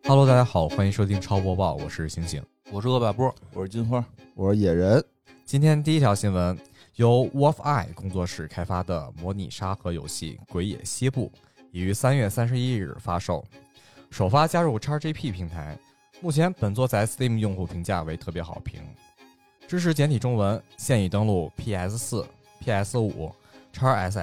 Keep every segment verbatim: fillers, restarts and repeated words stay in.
Hello， 大家好，欢迎收听超播报，我是星星， 我是恶霸波， 我是金花， 我是野人。 今天第一条新闻，由 Wolfeye 工作室开发的模拟沙盒游戏《鬼野西部》已于三月三十一日发售，首发加入 X G P 平台。目前本作在 Steam 用户评价为特别好评，支持简体中文，现已登陆 P S 四、P S 五、X S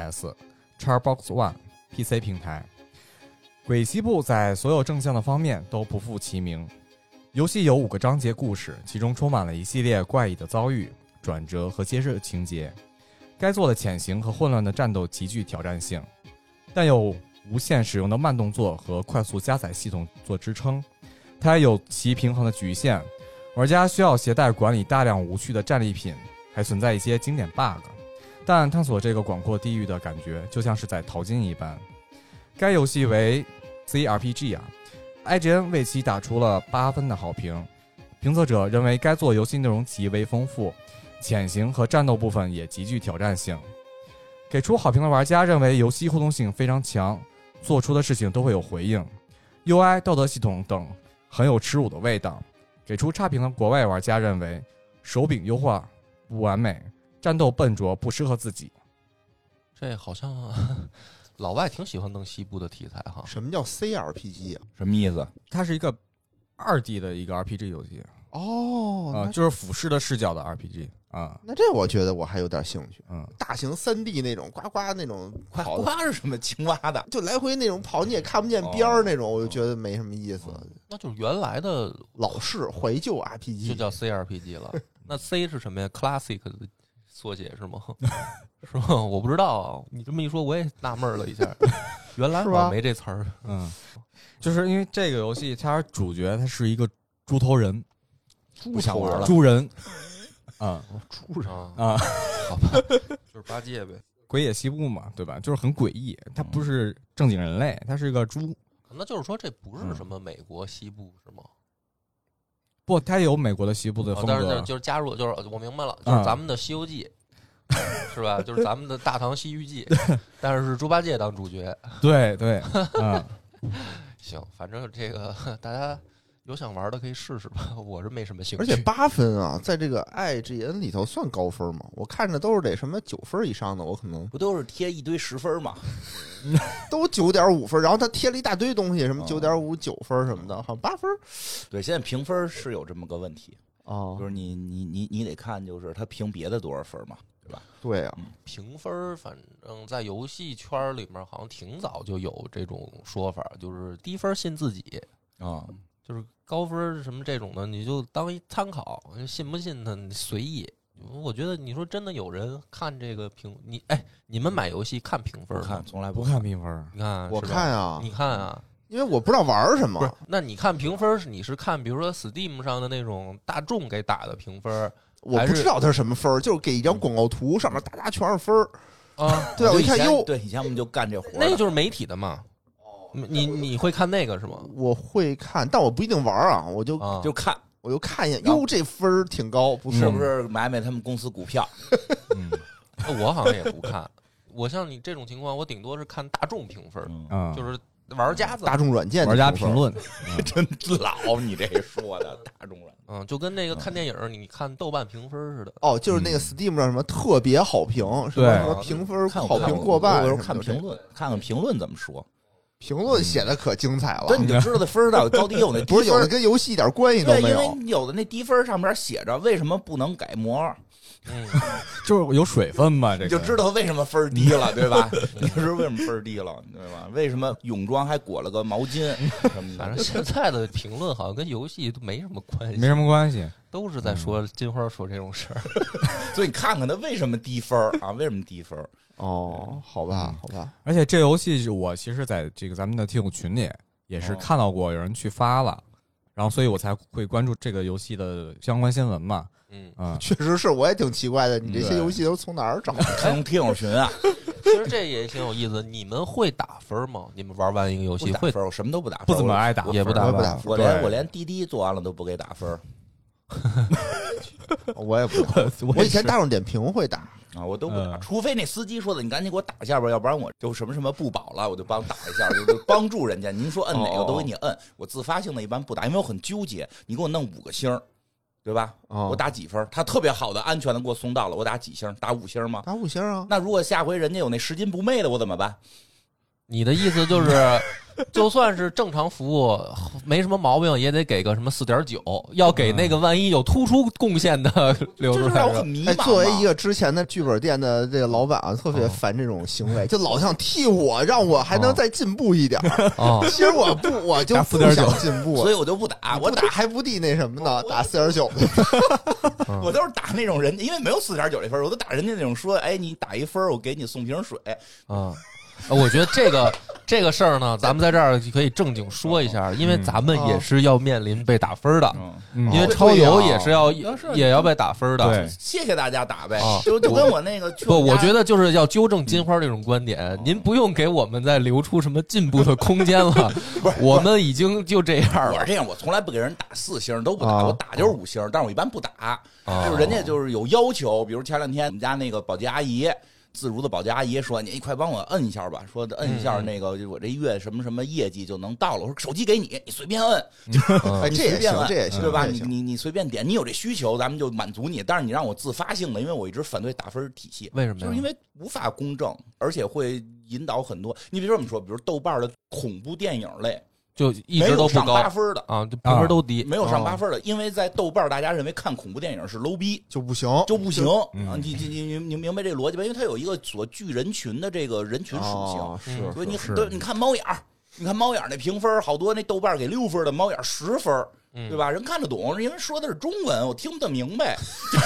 S、Xbox One、P C 平台。鬼西部在所有正向的方面都不负其名。游戏有五个章节故事，其中充满了一系列怪异的遭遇、转折和揭示情节。该作的潜行和混乱的战斗极具挑战性，但有无限使用的慢动作和快速加载系统做支撑。它也有其平衡的局限，玩家需要携带管理大量无序的战利品，还存在一些经典 bug。但探索这个广阔地域的感觉就像是在淘金一般。该游戏为 C R P G 啊 ，I G N 为其打出了八分的好评。评测者认为该作游戏内容极为丰富，潜行和战斗部分也极具挑战性。给出好评的玩家认为游戏互动性非常强，做出的事情都会有回应 ，U I 道德系统等很有耻辱的味道。给出差评的国外玩家认为手柄优化不完美，战斗笨拙，不适合自己。 这好像老外挺喜欢弄西部的题材哈。 什么叫 C R P G 啊？ 什么意思？ 它是一个二 D 的一个 R P G 游戏哦， 啊、呃，就是俯视的视角的 R P G 啊。 那这我觉得我还有点兴趣。 嗯， 大型三 D 那种呱呱那种跑呱呱是什么青蛙的？ 就来回那种跑，你也看不见边儿那种，我就觉得没什么意思。 嗯、那就是原来的老式怀旧 R P G， 就叫 C R P G 了。那 C 是什么呀 ？Classic 的缩写是吗？是吗？我不知道啊。你这么一说，我也纳闷了一下。原来好像没这词儿。 嗯，就是因为这个游戏，它主角他是一个猪头人， 不想玩了。 猪人，啊， 猪人啊， 好吧，就是八戒呗。 鬼野西部嘛，对吧？就是很诡异，他不是正经人类，他是个猪。 那就是说，这不是什么美国西部是吗？ 不，它有美国的西部的风格， 哦、但是就是加入，就是我明白了，就是咱们的《西游记》嗯，是吧？就是咱们的《大唐西域记》，但是是猪八戒当主角。 对对，嗯， 行，反正这个大家有想玩的可以试试吧，我是没什么兴趣。 而且八分啊，在这个 I G N 里头算高分吗？我看着都是得什么九分以上的，我可能不都是贴一堆十分吗？ 都九点五分，然后他贴了一大堆东西，什么九点五、九分什么的，好像八分。 对，现在评分是有这么个问题哦， 就是你你你你得看，就是他评别的多少分嘛，对吧？ 对啊， 嗯、评分反正在游戏圈里面好像挺早就有这种说法，就是低分信自己啊。 嗯，就是高分什么这种的，你就当一参考，信不信呢？你随意。我觉得你说真的有人看这个评，你哎，你们买游戏看评分？ 不看，从来不看评分。 你看， 我看啊， 你看啊， 因为我不知道玩什么。 不是，那你看评分是你是看，比如说 Steam 上的那种大众给打的评分， 我不知道它是什么分，就是给一张广告图，上面大家全是分啊。 对，我一看哟， 对，以前我们就干这活， 那就是媒体的嘛。你你会看那个是吗？ 我会看，但我不一定玩啊，我就、 啊、就看， 我就看一眼，哟，这分挺高，不是不是买买他们公司股票？ 嗯，我好像也不看。我像你这种情况，我顶多是看大众评分， 嗯， 就是玩家大众软件玩家评论， 真老，你这说的大众软件， 嗯，就跟那个看电影，你看豆瓣评分似的。 哦，就是那个 Steam 上什么特别好评，是吧？什么评分好评过半， 我有时候看评论，看看评论怎么说。 评论写的可精彩了， 对，你就知道它分到底高低有那不是有的跟游戏一点关系都没有， 因为有的那低分上面写着为什么不能改模， 嗯， 就是有水分嘛，这个你就知道为什么分低了，对吧？你就知道为什么分低了，对吧？为什么泳装还裹了个毛巾什么的？ 反正现在的评论好像跟游戏都没什么关系， 没什么关系， 都是在说金花说这种事儿。 所以你看看他为什么低分啊？为什么低分？ 哦，好吧，好吧。 而且这游戏我其实在这个咱们的听友群里也是看到过有人去发了，然后所以我才会关注这个游戏的相关新闻嘛。 嗯啊， 确实是，我也挺奇怪的，你这些游戏都从哪儿找的？ 看听友群啊。 其实这也挺有意思。你们会打分吗？你们玩完一个游戏会分？我什么都不打分， 不怎么爱打， 也不打分。 我连我连滴滴做完了都不给打分。 我也不，我以前大众点评会打。 啊，我都不打， 嗯除非那司机说的，你赶紧给我打一下吧，要不然我就什么什么不保了，我就帮打一下，就就帮助人家。您说摁哪个都给你摁，我自发性的一般不打，因为我很纠结。你给我弄五个星，对吧？ 哦我打几分？他特别好的、安全的给我送到了，我打几星？打五星吗？ 打五星啊。 那如果下回人家有那拾金不昧的，我怎么办？ 你的意思就是，就算是正常服务没什么毛病，也得给个什么四点九，要给那个万一有突出贡献的留出来。 就是让我很迷哎， 茫。 作为一个之前的剧本店的这个老板啊，特别烦这种行为，就老想替我，让我还能再进步一点儿。 哦， 其实我不，我就不想进步， 所以我就不打，我我打还不抵那什么呢？打四点九， 我都是打那种人，因为没有四点九这分，我都打人家那种说，哎，你打一分，我给你送瓶水。 啊。我觉得这个这个事儿呢，咱们在这儿可以正经说一下，因为咱们也是要面临被打分的， 嗯因为超游也是要也要被打分的。 对， 谢谢大家打呗， 啊就就跟我那个不，我觉得就是要纠正金花这种观点，您不用给我们再留出什么进步的空间了，我们已经就这样了。 我是这样，我从来不给人打四星，都不打， 啊我打就是五星，但是我一般不打，就是人家就是有要求，比如前两天我们家那个保洁阿姨。自如的保洁阿姨说：“你快帮我摁一下吧，说摁一下那个，我这月什么什么业绩就能到了。”我说：“手机给你，你随便摁， 哎， 你这也行， 随便摁， 这也行， 对吧？ 这也行你你你随便点，你有这需求，咱们就满足你。但是你让我自发性的，因为我一直反对打分体系， 为什么呀？ 就是因为无法公正，而且会引导很多。你比如说，我们说，比如豆瓣的恐怖电影类。” 就一直都不高， 没有上八分的啊，就评分都低， 没有上八分的，因为在豆瓣大家认为看恐怖电影是 low 逼， 就不行， 就不行嗯啊！你你你你明白这个逻辑吧？因为它有一个所聚人群的这个人群属性， 哦是， 所以你是对你看猫眼儿，你看猫眼儿那评分，好多那豆瓣给六分的，猫眼十分，对吧？人看得懂，因为说的是中文，我听不得明白。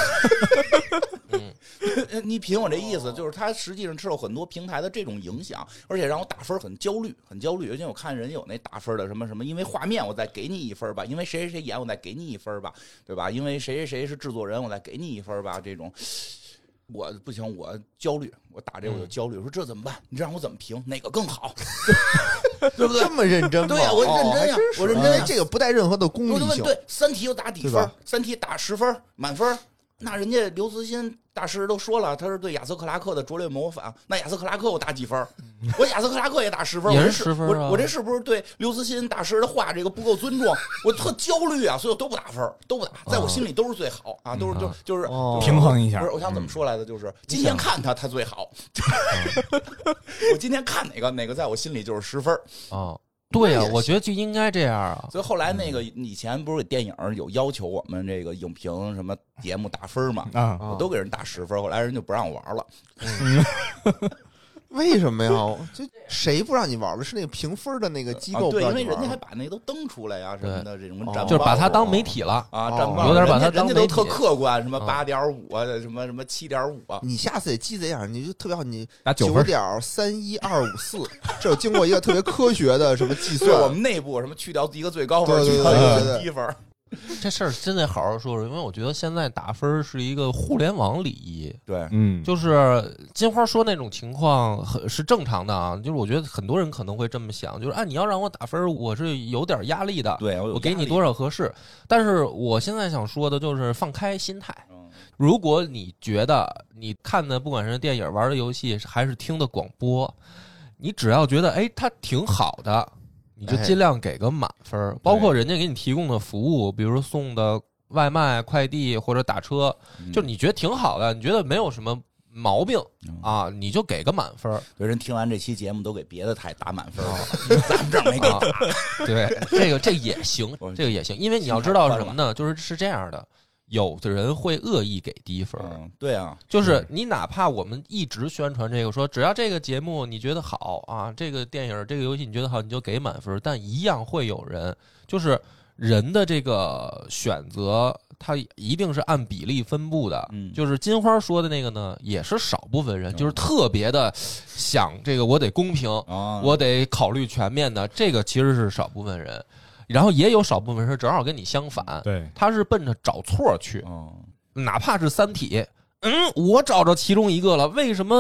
你品我这意思，就是它实际上受很多平台的这种影响，而且让我打分很焦虑，很焦虑。而且我看人有那打分的什么什么，因为画面我再给你一分吧，因为谁谁谁演我再给你一分吧，对吧？因为谁谁谁是制作人我再给你一分吧，这种。我不行，我焦虑，我打这我就焦虑。我说这怎么办？你让我怎么评？哪个更好？对不对？ 这么认真吗？ 对呀，我认真呀，我认真呀。 这个不带任何的功利性。 对，《三体》又打几分？《三体》打十分，满分。那人家刘慈欣大师都说了，他是对亚瑟克拉克的拙劣模仿。那亚瑟克拉克我打几分？我亚瑟克拉克也打十分， 也是十分啊！我我这是不是对刘慈欣大师的话这个不够尊重？我特焦虑啊，所以我都不打分，都不打，在我心里都是最好啊，都是就就是平衡一下。 不是，我想怎么说来的？就是今天看他，他最好。我今天看哪个哪个，在我心里就是十分哦。对呀、啊，我觉得就应该这样啊。 所以后来那个以前不是电影有要求我们这个影评什么节目打分嘛？ 啊， 我都给人打十分，后来人就不让我玩了。 嗯为什么呀？就谁不让你玩了？是那个评分的那个机构、 啊？对，因为人家还把那都登出来呀什么的，这种战报就是把它当媒体了啊，战报有点把它当媒体， 人家都特客观，什么八点五啊，什么什么七点五啊。 你下次得鸡贼样，你就特别好，你打九点三一二五四，这有经过一个特别科学的什么计算。 我们内部什么去掉一个最高分， 去掉一个最低分。 这事儿真得好好说说，因为我觉得现在打分是一个互联网礼仪。 对， 嗯， 就是金花说那种情况很是正常的啊。就是我觉得很多人可能会这么想，就是啊，你要让我打分，我是有点压力的。 对，我, 我给你多少合适。但是我现在想说的就是放开心态。如果你觉得你看的不管是电影、玩的游戏，还是听的广播，你只要觉得哎，它挺好的。你就尽量给个满分，哎、包括人家给你提供的服务，比如送的外卖、快递或者打车，嗯、就你觉得挺好的，你觉得没有什么毛病、嗯、啊，你就给个满分。 有人听完这期节目都给别的台打满分了，咱们这儿没给打。 啊、对，这个这也行，这个也行，因为你要知道是什么呢？就是是这样的。有的人会恶意给低分、 嗯，对啊， 就是你哪怕我们一直宣传这个，说只要这个节目你觉得好啊，这个电影、这个游戏你觉得好，你就给满分，但一样会有人，就是人的这个选择，它一定是按比例分布的。 嗯， 就是金花说的那个呢，也是少部分人，就是特别的想这个我得公平， 嗯、 我得考虑全面的，这个其实是少部分人。然后也有少部分人正好跟你相反， 对， 他是奔着找错去， 哦， 哪怕是《三体》，嗯，我找着其中一个了，为什么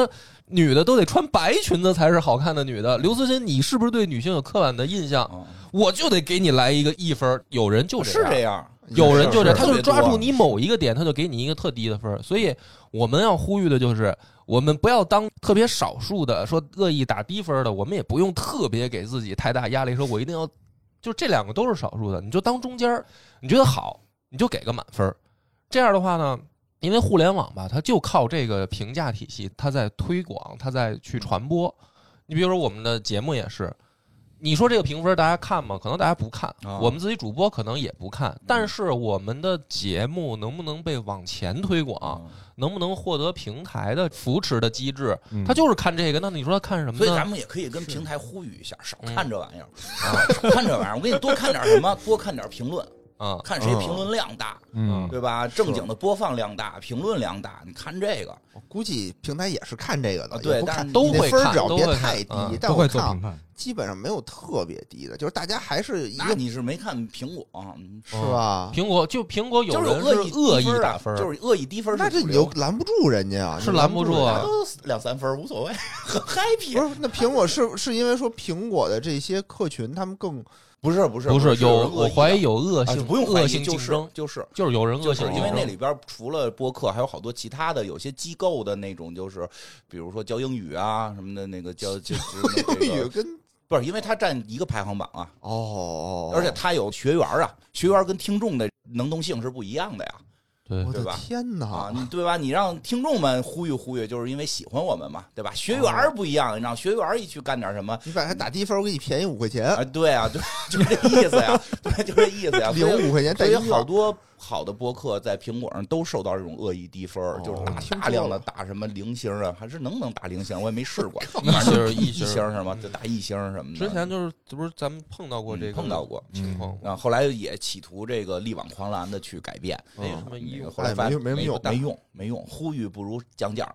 女的都得穿白裙子才是好看的女的。刘慈欣，你是不是对女性有刻板的印象？ 嗯、 我就得给你来一个一分。有人就这样是这样， 有人就这样，他就抓住你你某一个点，他就给你一个特低的分。所以我们要呼吁的就是，我们不要当特别少数的说恶意打低分的，我们也不用特别给自己太大压力，说我一定要，就这两个都是少数的，你就当中间，你觉得好，你就给个满分。这样的话呢，因为互联网吧，它就靠这个评价体系，它在推广，它在去传播。你比如说我们的节目也是，你说这个评分大家看吗？可能大家不看， 哦、 我们自己主播可能也不看。但是我们的节目能不能被往前推广， 嗯、 能不能获得平台的扶持的机制，他就是看这个。那你说他看什么呢？ 所以咱们也可以跟平台呼吁一下，少看这玩意儿、嗯、啊，少看这玩意儿。我给你多看点什么？多看点评论。 啊， 看谁评论量大， 嗯， 对吧？正经的播放量大，评论量大，你看这个， 我估计平台也是看这个的， 啊、对， 但是都会看， 只要别太低， 嗯、 但我看基本上没有特别低的，就是大家还是一个。 那你是没看苹果、啊、 是吧？ 苹果就苹果有人是恶意打分， 就是恶意低分， 那这你就拦不住人家啊， 是拦不住啊， 都两三分无所谓，很 happy。 不是，那苹果是是因为说苹果的这些客群他们更。 不是不是不是有，我怀疑有恶性， 啊、不用怀疑， 恶性竞争， 就是就是有人恶性竞争， 因为那里边除了播客，还有好多其他的，有些机构的那种，就是比如说教英语啊什么的，那个教就教英语跟不是，因为它占一个排行榜啊， 哦， 而且它有学员啊，学员跟听众的能动性是不一样的呀。 对， 我的天哪！ 啊，你对吧？你让听众们呼吁呼吁，就是因为喜欢我们嘛，对吧？学员不一样，你让学员一去干点什么， 你把他打低分，我给你便宜五块钱啊！对啊，对，就这意思呀，对，就这意思呀。 领五块钱带一个。 所以好多好的播客在苹果上都受到这种恶意低分， 哦、 就是打大量的打什么零星啊，还是能不能打零星？我也没试过， 一星一星是吗？就打一星什么的。 之前就是这不是咱们碰到过这个、 嗯、碰到过情况， 啊，后来也企图这个力挽狂澜的去改变， 没什么意义。后来发现没没用， 没用，没用，呼吁不如降价。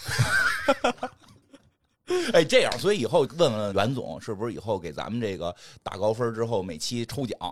哎，这样，所以以后问问袁总，是不是以后给咱们这个打高分之后，每期抽奖？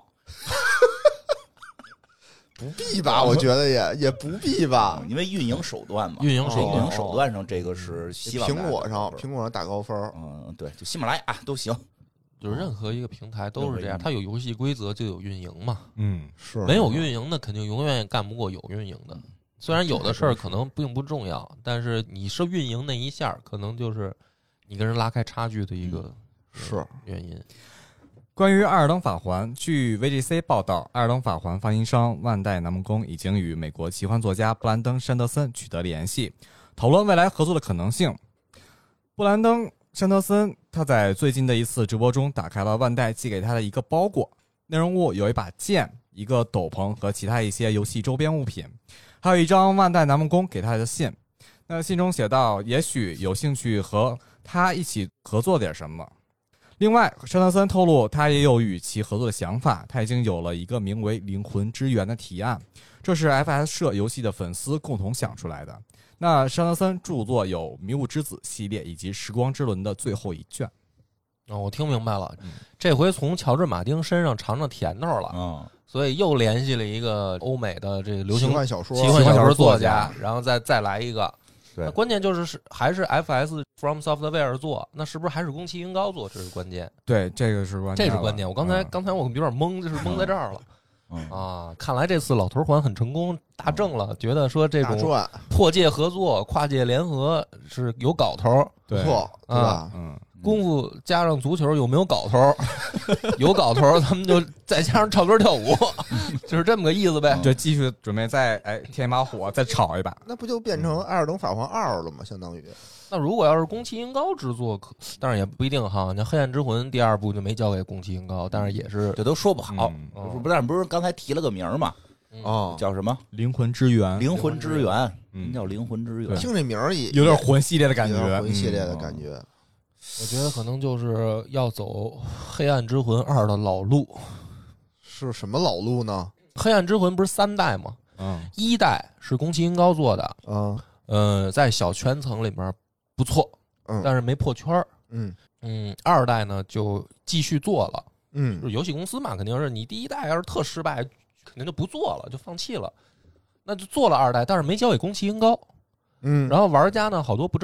不必吧，我觉得也也不必吧， 因为运营手段嘛， 运营手段， 运营手段上这个是希望苹果上苹果上打高分， 嗯，对，就喜马拉雅都行， 就是任何一个平台都是这样，它有游戏规则就有运营嘛， 嗯， 是没有运营的肯定永远也干不过有运营的。虽然有的事儿可能并不重要，但是你是运营那一下，可能就是你跟人拉开差距的一个是原因。 关于《艾尔登法环》，据 V G C 报道，《艾尔登法环》发行商万代南梦宫已经与美国奇幻作家布兰登·山德森取得联系，讨论未来合作的可能性。布兰登·山德森他在最近的一次直播中打开了万代寄给他的一个包裹，内容物有一把剑、一个斗篷和其他一些游戏周边物品，还有一张万代南梦宫给他的信。那信中写道，也许有兴趣和他一起合作点什么。另外，山德森透露，他也有与其合作的想法，他已经有了一个名为《灵魂之源》的提案，这是 F S 社游戏的粉丝共同想出来的。那山德森著作有《迷雾之子》系列以及《时光之轮》的最后一卷。 哦，我听明白了，这回从乔治·马丁身上尝尝甜头了， 嗯， 所以又联系了一个欧美的这个流行奇幻小说、 奇幻小说作家，然后再再来一个。 对， 关键就是是还是 F S From Software 做，那是不是还是宫崎英高做？这是关键。 对，这个是关键， 这是关键。我刚才、 嗯、 刚才我有点懵，就是懵在这儿了。 嗯啊，看来这次老头环很成功，大正了，觉得说这种破界合作、跨界联合是有搞头， 不错，对吧？ 啊、 嗯。 功夫加上足球有没有搞头？有搞头，咱们就再加上唱歌跳舞，就是这么个意思呗。 就继续准备再哎添一把火，再炒一把。 那不就变成《艾尔登法环二》了吗？相当于。 那如果要是宫崎英高制作，可但是也不一定哈。那《黑暗之魂》第二部就没交给宫崎英高，但是也是这都说不好。 嗯哦、不是不是刚才提了个名嘛？ 哦， 叫什么？ 灵魂之源。 灵魂之源， 嗯， 叫灵魂之源。 听这名儿也有点魂系列的感觉， 魂系列的感觉。 嗯我觉得可能就是要走《黑暗之魂二》的老路。 是什么老路呢？ 《黑暗之魂》不是三代吗？ 嗯， 一代是宫崎英高做的， 嗯， 呃，在小圈层里面不错， 嗯， 但是没破圈嗯嗯，二代呢就继续做了， 嗯， 就是游戏公司嘛，肯定是你第一代要是特失败，肯定就不做了，就放弃了，那就做了二代，但是没交给宫崎英高。 嗯， 然后玩家呢好多不知道，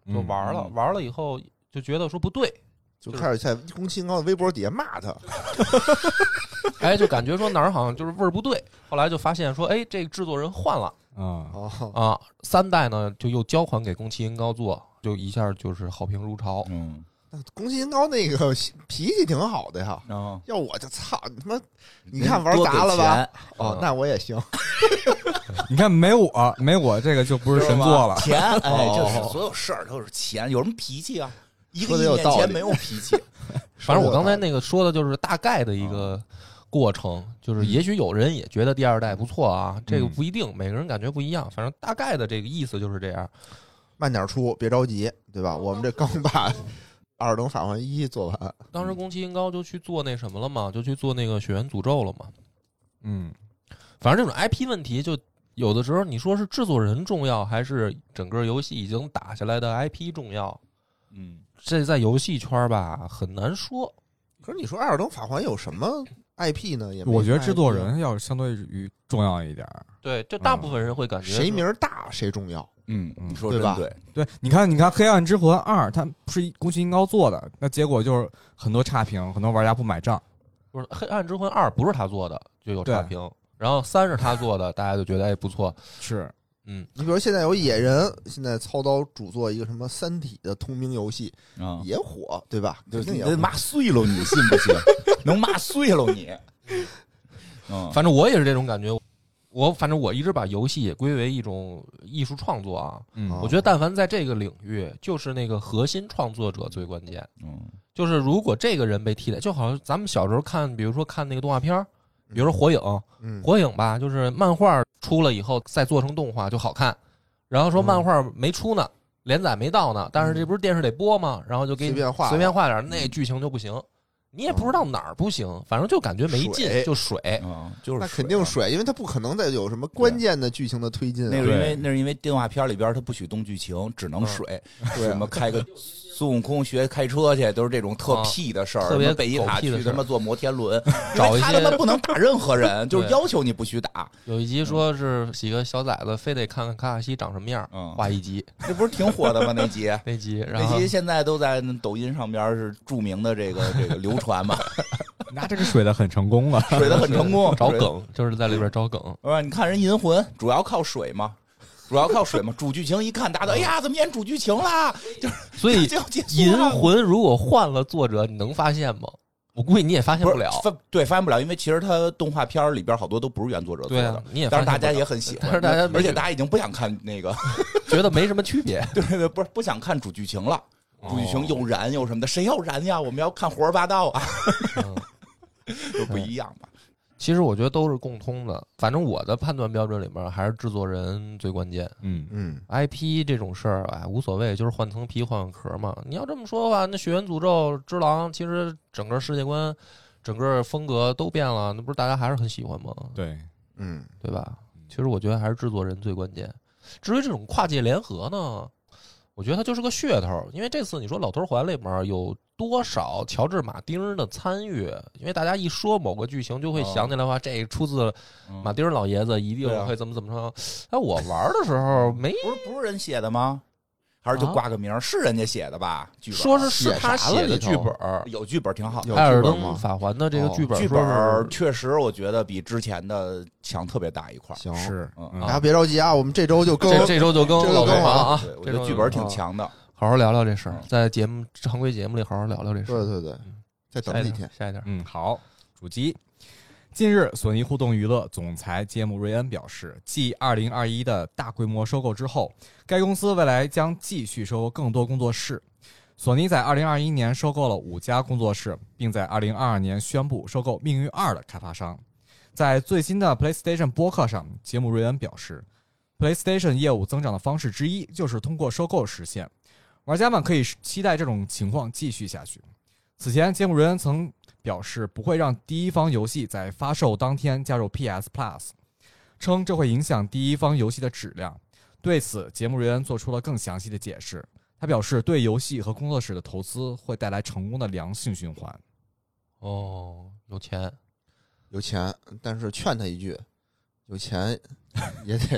就玩了， 嗯、 玩了以后就觉得说不对， 就开始在宫崎英高的微博底下骂他， 哎，就感觉说哪儿好像就是味儿不对。后来就发现说，哎，这个制作人换了啊哦啊，三代呢就又交还给宫崎英高做，就一下就是好评如潮。 嗯， 宫崎英高那个脾气挺好的呀， 哦、 要我就操你他妈，你看玩砸了吧？哦，那我也行。 你看没我没我这个就不是神作了。 钱，哎， 哦、 就是所有事儿都是钱，有什么脾气啊？一个亿年前没有脾气。 反正我刚才那个说的就是大概的一个过程，就是也许有人也觉得第二代不错啊， 嗯、 这个不一定，每个人感觉不一样。反正大概的这个意思就是这样。 慢点出，别着急，对吧？我们这刚把二等法环一做完， 当时宫崎英高就去做那什么了嘛，就去做那个血缘诅咒了嘛。 嗯， 反正这种 I P 问题，就有的时候你说是制作人重要，还是整个游戏已经打下来的 I P 重要？ 嗯， 这在游戏圈吧很难说。 可是你说二等法环有什么 I P 呢？也我觉得制作人要相对于重要一点。 对，这大部分人会感觉谁名大谁重要。 嗯，你说对吧？ 对对，你看，你看《黑暗之魂二》，它不是宫崎英高做的，那结果就是很多差评，很多玩家不买账。 不是《黑暗之魂二》不是他做的，就有差评。然后三是他做的，大家就觉得哎不错。 是， 嗯， 你比如现在有野人，现在操刀主做一个什么《三体》的同名游戏， 啊， 也火，对吧？肯定也得骂碎了你，信不信？能骂碎了你。嗯， 反正我也是这种感觉。我反正我一直把游戏也归为一种艺术创作啊。 嗯， 我觉得但凡在这个领域，就是那个核心创作者最关键。 嗯， 就是如果这个人被替代，就好像咱们小时候看，比如说看那个动画片，比如说火影， 嗯， 火影吧，就是漫画出了以后再做成动画就好看。然后说漫画没出呢，连载没到呢，但是这不是电视得播吗？然后就给你随便画随便画点，那剧情就不行。你也不知道哪儿不行，反正就感觉没劲，就水， 嗯，就是那肯定水，因为它不可能再有什么关键的剧情的推进。 那是因为那是因为动画片里边它不许动剧情，只能水，什么开个孙悟空学开车去，都是这种特屁的事儿， 特别贝吉塔去他妈坐摩天轮， 找一些他他妈不能打任何人，就是要求你不许打。 有一集说是几个小崽子非得看看卡卡西长什么样，画一集， 这不是挺火的吗？那集那集，然后那集现在都在抖音上边是著名的这个这个流传嘛。 那这个水的很成功了， 水的很成功， 找梗就是在里边找梗。 啊，你看人银魂主要靠水嘛，主要靠水嘛。主剧情一看，大家都哎呀，怎么演主剧情啦？就是所以银魂如果换了作者，你能发现吗？我估计你也发现不了。 不对，发现不了，因为其实它动画片里边好多都不是原作者做的， 啊、你也但是大家也很喜欢， 但是大家而且大家已经不想看那个， 觉得没什么区别。 对对对，不是不想看主剧情了。主剧情又燃又什么的，谁要燃呀？我们要看胡说八道啊，都不一样吧？ 其实我觉得都是共通的，反正我的判断标准里面还是制作人最关键。 嗯嗯 ，I P 这种事儿哎无所谓，就是换层皮换个壳嘛。你要这么说的话，那《血缘诅咒之狼》其实整个世界观、整个风格都变了，那不是大家还是很喜欢吗？ 对， 嗯， 对吧？其实我觉得还是制作人最关键。至于这种跨界联合呢？我觉得它就是个噱头，因为这次你说《老头环》里面有多少乔治·马丁的参与？因为大家一说某个剧情，就会想起来话，这出自马丁老爷子，一定会怎么怎么着。哎，我玩的时候没， 不是不是人写的吗？还是就挂个名？是人家写的吧？剧本说是是他写的剧本， 有剧本挺好。 艾尔登法环的这个剧本， 剧本确实我觉得比之前的强特别大一块。 行， 是， 大家别着急啊，我们这周就更， 这这周就更老头环啊。 我觉得剧本挺强的， 好好聊聊这事儿，在节目常规节目里好好聊聊这事儿。 对对对，再等几天， 下一点。 嗯，好，主机。近日，索尼互动娱乐总裁杰姆·瑞恩表示，继二零二一的大规模收购之后，该公司未来将继续收购更多工作室。索尼在二零二一年收购了五家工作室，并在二零二二年宣布收购《命运二》的开发商。在最新的 PlayStation 播客上，杰姆·瑞恩表示 ，PlayStation 业务增长的方式之一就是通过收购实现，玩家们可以期待这种情况继续下去。此前，杰姆·瑞恩曾表示不会让第一方游戏在发售当天加入 P S Plus， 称这会影响第一方游戏的质量。对此，杰姆·瑞恩做出了更详细的解释。他表示，对游戏和工作室的投资会带来成功的良性循环。 哦，有钱， 有钱，但是劝他一句，有钱也得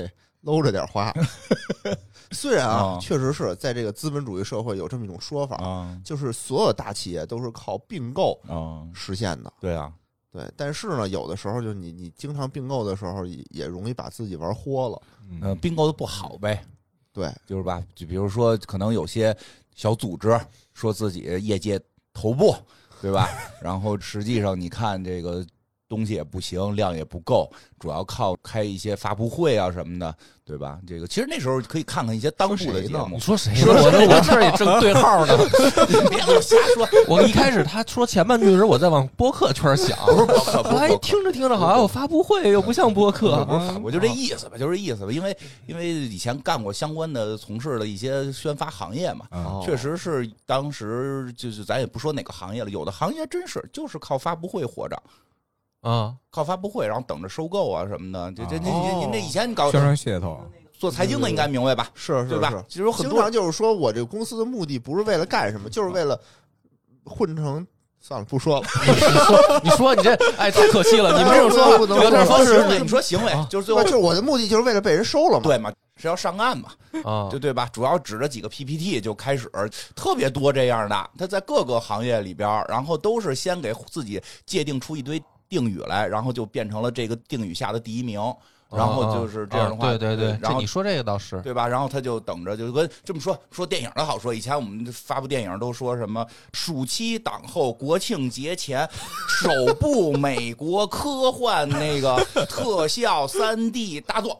搂着点花。虽然啊， 啊确实是在这个资本主义社会有这么一种说法， 啊就是所有大企业都是靠并购啊， 实现的。 对啊， 对，但是呢，有的时候就你你经常并购的时候也，也容易把自己玩豁了。 嗯嗯，并购的不好呗， 对， 就是吧？就比如说，可能有些小组织说自己业界头部，对吧？然后实际上你看这个东西也不行，量也不够，主要靠开一些发布会啊什么的，对吧？这个其实那时候可以看看一些当部的节目你。说谁呢？我这我这儿也正对号呢。 别别瞎说， 我一开始他说前半句的时候，我在往播客圈想， 不是播客，不后来是播客听着听着好像有发布会，又不像播客。 我就这意思吧，就这意思吧。因为因为以前干过相关的、从事的一些宣发行业嘛， 嗯确实是当时就是咱也不说哪个行业了，有的行业真是就是靠发布会活着。 啊， 靠发布会，然后等着收购啊什么的。这这这哦您这以前你搞宣传噱头， 做财经的应该明白吧？ 是是对吧是？ 其实有很多经常就是说我这个公司的目的不是为了干什么，就是为了混成。算了，不说了。 你说你说你这哎太可惜了，你们这种说话不能聊天方式行为，你说行为就是最后就是我的目的就是为了被人收了嘛。 对嘛？是要上岸嘛？ 啊就对吧？主要指着几个 P P T 就开始，特别多这样的。他在各个行业里边，然后都是先给自己界定出一堆定语来，然后就变成了这个定语下的第一名。然后就是这样的话， 啊对对对， 然后这你说这个倒是对吧？然后他就等着，就跟这么说说电影的好说。以前我们发布电影都说什么暑期档后、国庆节前首部美国科幻那个特效三 D 大作，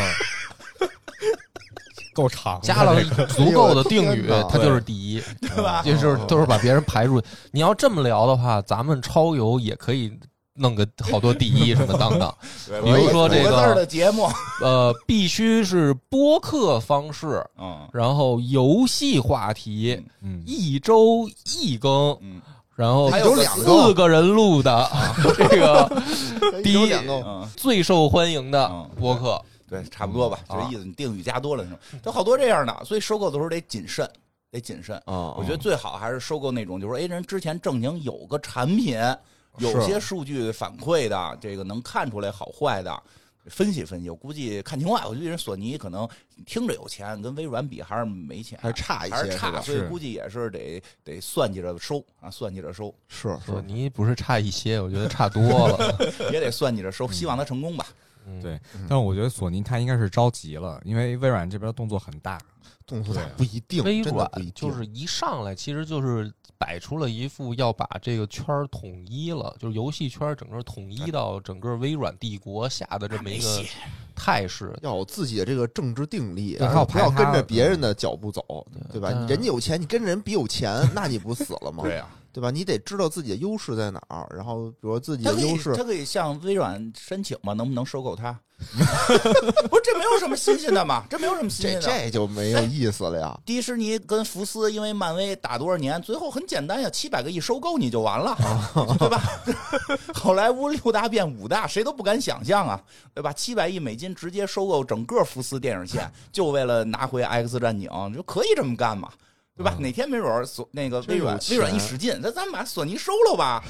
够长的， 加了足够的定语哎呦， 它就是第一， 对吧？ 就是都是把别人排除。你要这么聊的话，咱们超游也可以弄个好多第一什么当当。 对比如说这个五个字儿的节目， 呃，必须是播客方式， 嗯然后游戏话题， 嗯， 一周一更， 嗯然后还有两个四个人录的这个第一有两个嗯， 最受欢迎的嗯播客。 对，差不多吧， 嗯就这意思。你定语加多了，有好多这样的，所以收购的时候得谨慎，得谨慎。 啊， 我觉得最好还是收购那种，就是哎，人之前正经有个产品，有些数据反馈的，这个能看出来好坏的，分析分析。我估计看情况，我觉得人索尼可能听着有钱，跟微软比还是没钱， 还是差一些， 还是差， 是吧所以估计也是得得算计着收啊，算计着收， 是索尼不是差一些，我觉得差多了。 也得算计着收，希望他成功吧。 嗯对，但是我觉得索尼它应该是着急了，因为微软这边动作很大， 动作大不一定， 微软真的不一定就是一上来，其实就是摆出了一副要把这个圈儿统一了，就是游戏圈儿整个统一到整个微软帝国下的这么一个态势。 要有自己的这个政治定力， 对还有不要排他跟着别人的脚步走，对吧？ 但人家有钱，你跟着人比有钱，那你不死了吗？ 对呀、 对吧？你得知道自己的优势在哪儿，然后比如说自己他可以的优势他可以向微软申请吗？能不能收购它？不是，这没有什么新鲜的嘛，这没有什么新这鲜的。 这就没有意思了呀。 迪士尼跟福斯因为漫威打多少年，最后很简单呀，七百个亿收购你就完了，对吧？好莱坞六大变五大，谁都不敢想象啊，对吧？七百亿美金直接收购整个福斯电影线，就为了拿回 X 战警，就可以这么干嘛？对吧？哪天没准索那个微软微软一使劲，那咱们把索尼收了吧？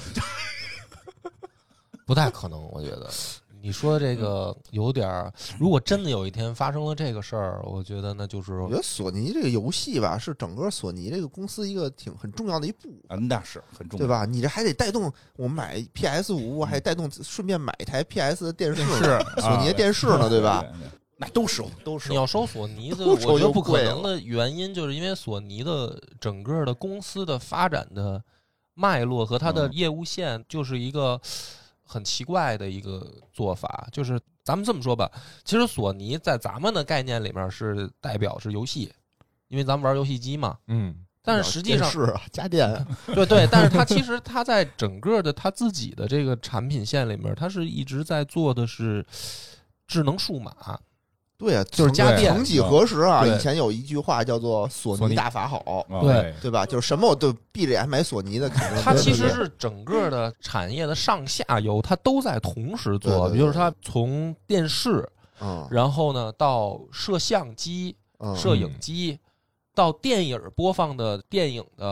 不太可能，我觉得。你说这个有点儿，如果真的有一天发生了这个事儿，我觉得那就是我觉得索尼这个游戏吧，是整个索尼这个公司一个挺很重要的一步， 啊，那是很重要， 对吧？你这还得带动我们买 P S 五，还带动顺便买一台 P S 的电视呢， 是索尼的电视呢，对吧？ 对？对那都收，都收你。要收索尼的， 都收我觉得不可又贵能的原因，就是因为索尼的整个的公司的发展的脉络和它的业务线，就是一个很奇怪的一个做法。就是咱们这么说吧，其实索尼在咱们的概念里面是代表是游戏，因为咱们玩游戏机嘛。 嗯， 但是实际上， 是啊，家电对对，但是它其实它在整个的它自己的这个产品线里面，它是一直在做的是智能数码。 对啊， 就是家电曾几何时啊， 对以前有一句话叫做“索尼索尼大法好”， 啊对对吧？就是什么我都闭着眼买索尼的，肯定它其实对是整个的产业的上下游，它都在同时做。 对对对比如说，它从电视， 嗯然后呢到摄像机、 嗯摄影机，到电影播放的电影的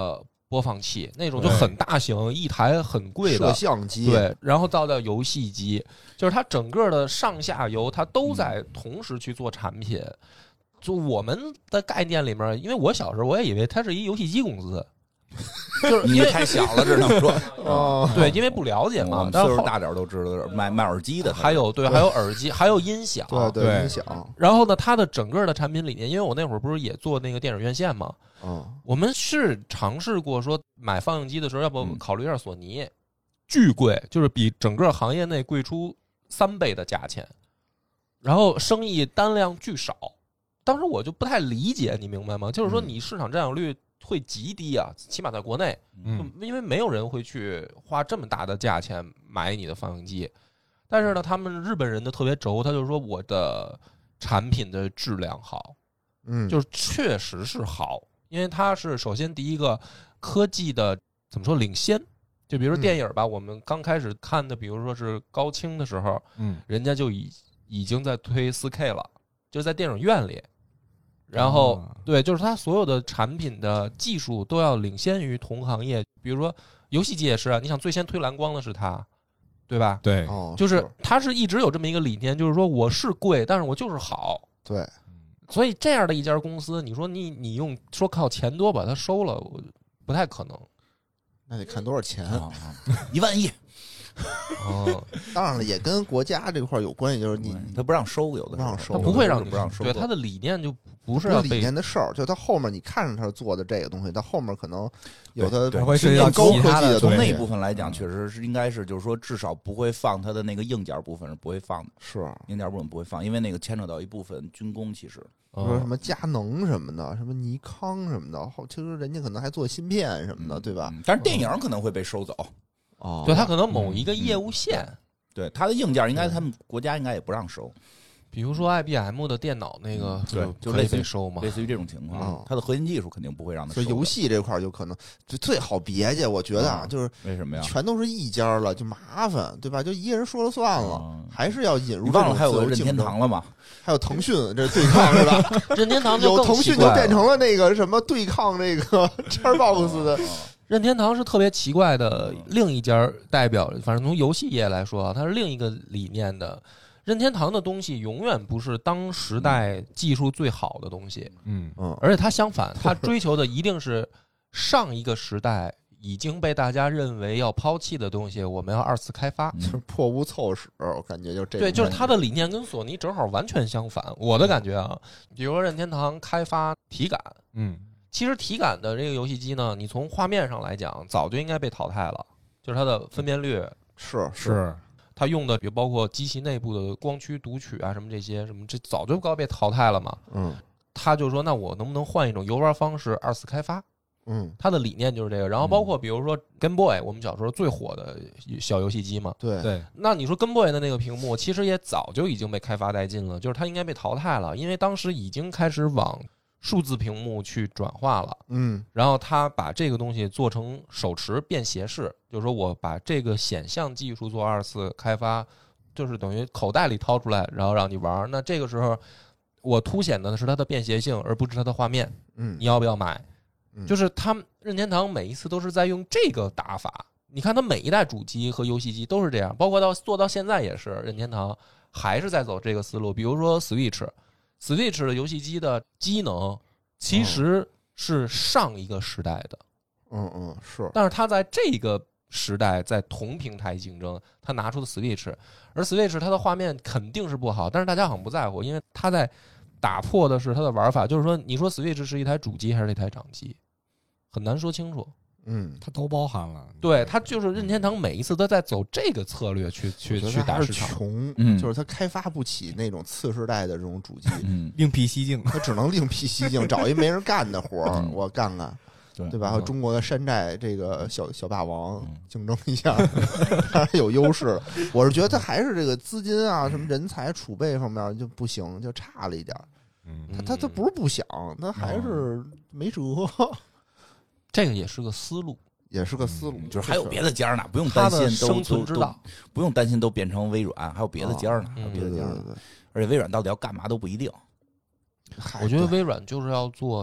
播放器，那种就很大型，一台很贵的摄像机， 对，然后到到游戏机，就是它整个的上下游，它都在同时去做产品。就我们的概念里面，因为我小时候我也以为它是一游戏机公司，就是因为太小了，只能说哦， 对，因为不了解嘛。但岁是数大点都知道卖卖耳机的， 还有对，还有耳机，还有音响， 对对音响， 然后呢，它的整个的产品理念，因为我那会儿不是也做那个电影院线嘛， 嗯， 我们是尝试过说买放映机的时候，要不嗯考虑一下索尼，巨贵，就是比整个行业内贵出三倍的价钱，然后生意单量巨少。当时我就不太理解，你明白吗？就是说你市场占有率会极低啊，起码在国内， 嗯， 因为没有人会去花这么大的价钱买你的放映机。但是呢，他们日本人的特别轴，他就是说我的产品的质量好， 嗯， 就是确实是好，因为它是首先第一个科技的怎么说领先，就比如说电影吧，我们刚开始看的，比如说是高清的时候， 嗯， 人家就已已经在推 四 K 了，就在电影院里。然后、 哦、 对，就是它所有的产品的技术都要领先于同行业，比如说游戏机也是啊，你想最先推蓝光的是它，对吧？ 对， 哦， 就是它是一直有这么一个理念，就是说我是贵，但是我就是好。 对， 所以这样的一家公司，你说你你用说靠钱多把它收了，我不太可能。 那得看多少钱， 啊、一万亿。 哦， 当然了，也跟国家这块有关系，就是你他不让收，有的不让收， 他不会让你不让收， 对他的理念就不是有理要被念的事儿，就他后面你看着他做的这个东西，到后面可能有的会涉及到高科其他的技的东西从那一部分来讲，确实是应该是，就是说至少不会放它的那个硬件部分是不会放的， 是硬件部分不会放，因为那个牵扯到一部分军工，其实说什么佳能什么的，什么尼康什么的，后其实人家可能还做芯片什么的，对吧？ 嗯、但是电影可能会被收走， 哦， 对他可能某一个业务线。 对它的硬件，应该他们国家应该也不让收， 比如说 I B M 的电脑那个， 对，就可以类似被收嘛， 类似于这种情况，它的核心技术肯定不会让它收。 所以游戏这块就可能就最好别介，我觉得啊，就是为什么呀？ 全都是一家了，就麻烦，对吧？就一个人说了算了，还是要引入。 你忘了还有个任天堂了吗？ 还有腾讯，这对抗是吧？ 任天堂有腾讯就变成了那个什么对抗那个 Xbox 的。 任天堂是特别奇怪的另一家代表，反正从游戏业来说啊，它是另一个理念的。任天堂的东西永远不是当时代技术最好的东西， 嗯嗯，而且它相反，它追求的一定是上一个时代已经被大家认为要抛弃的东西，我们要二次开发， 就是破屋凑屎，我感觉就这。 对，就是它的理念跟索尼正好完全相反。我的感觉啊，比如说任天堂开发体感， 嗯。 其实体感的这个游戏机呢，你从画面上来讲，早就应该被淘汰了。就是它的分辨率是是， 它用的，比如包括机器内部的光驱读取啊，什么这些，什么这早就该被淘汰了嘛。 嗯， 他就说，那我能不能换一种游玩方式，二次开发？ 嗯， 他的理念就是这个。然后包括比如说 Game Boy，我们小时候最火的小游戏机嘛。 对对。 那你说 Game Boy 的那个屏幕，其实也早就已经被开发殆尽了，就是它应该被淘汰了，因为当时已经开始往数字屏幕去转化了， 嗯， 然后他把这个东西做成手持便携式，就是说我把这个显像技术做二次开发，就是等于口袋里掏出来，然后让你玩。那这个时候，我凸显的是它的便携性，而不是它的画面。 嗯， 你要不要买？ 嗯、 就是他们任天堂每一次都是在用这个打法。你看，它每一代主机和游戏机都是这样，包括到做到现在也是，任天堂还是在走这个思路。比如说 Switch。Switch 的游戏机的机能其实是上一个时代的， 嗯嗯是， 但是它在这个时代在同平台竞争，它拿出的 Switch， 而 Switch 它的画面肯定是不好，但是大家好像不在乎，因为它在打破的是它的玩法，就是说你说 Switch 是一台主机还是一台掌机，很难说清楚。 嗯， 它都包含了。 对，它就是任天堂每一次都在走这个策略去去去打市场。 穷， 嗯， 就是它开发不起那种次世代的这种主机， 嗯， 另辟蹊径， 它只能另辟蹊径，找一没人干的活儿， 嗯、 我干干， 对对吧？和中国的山寨这个小小霸王嗯竞争一下，当然有优势了。我是觉得它还是这个资金啊，什么人才储备方面就不行，就差了一点。 嗯， 他他他不是不想，他还是没辙。 这个也是个思路。 也是个思路， 嗯、就是还有别的家呢，不用担心都生存之道， 不用担心都变成微软，还有别的家呢， 哦、 还有别的家呢。 对对对， 而且微软到底要干嘛都不一定。 我觉得微软就是要做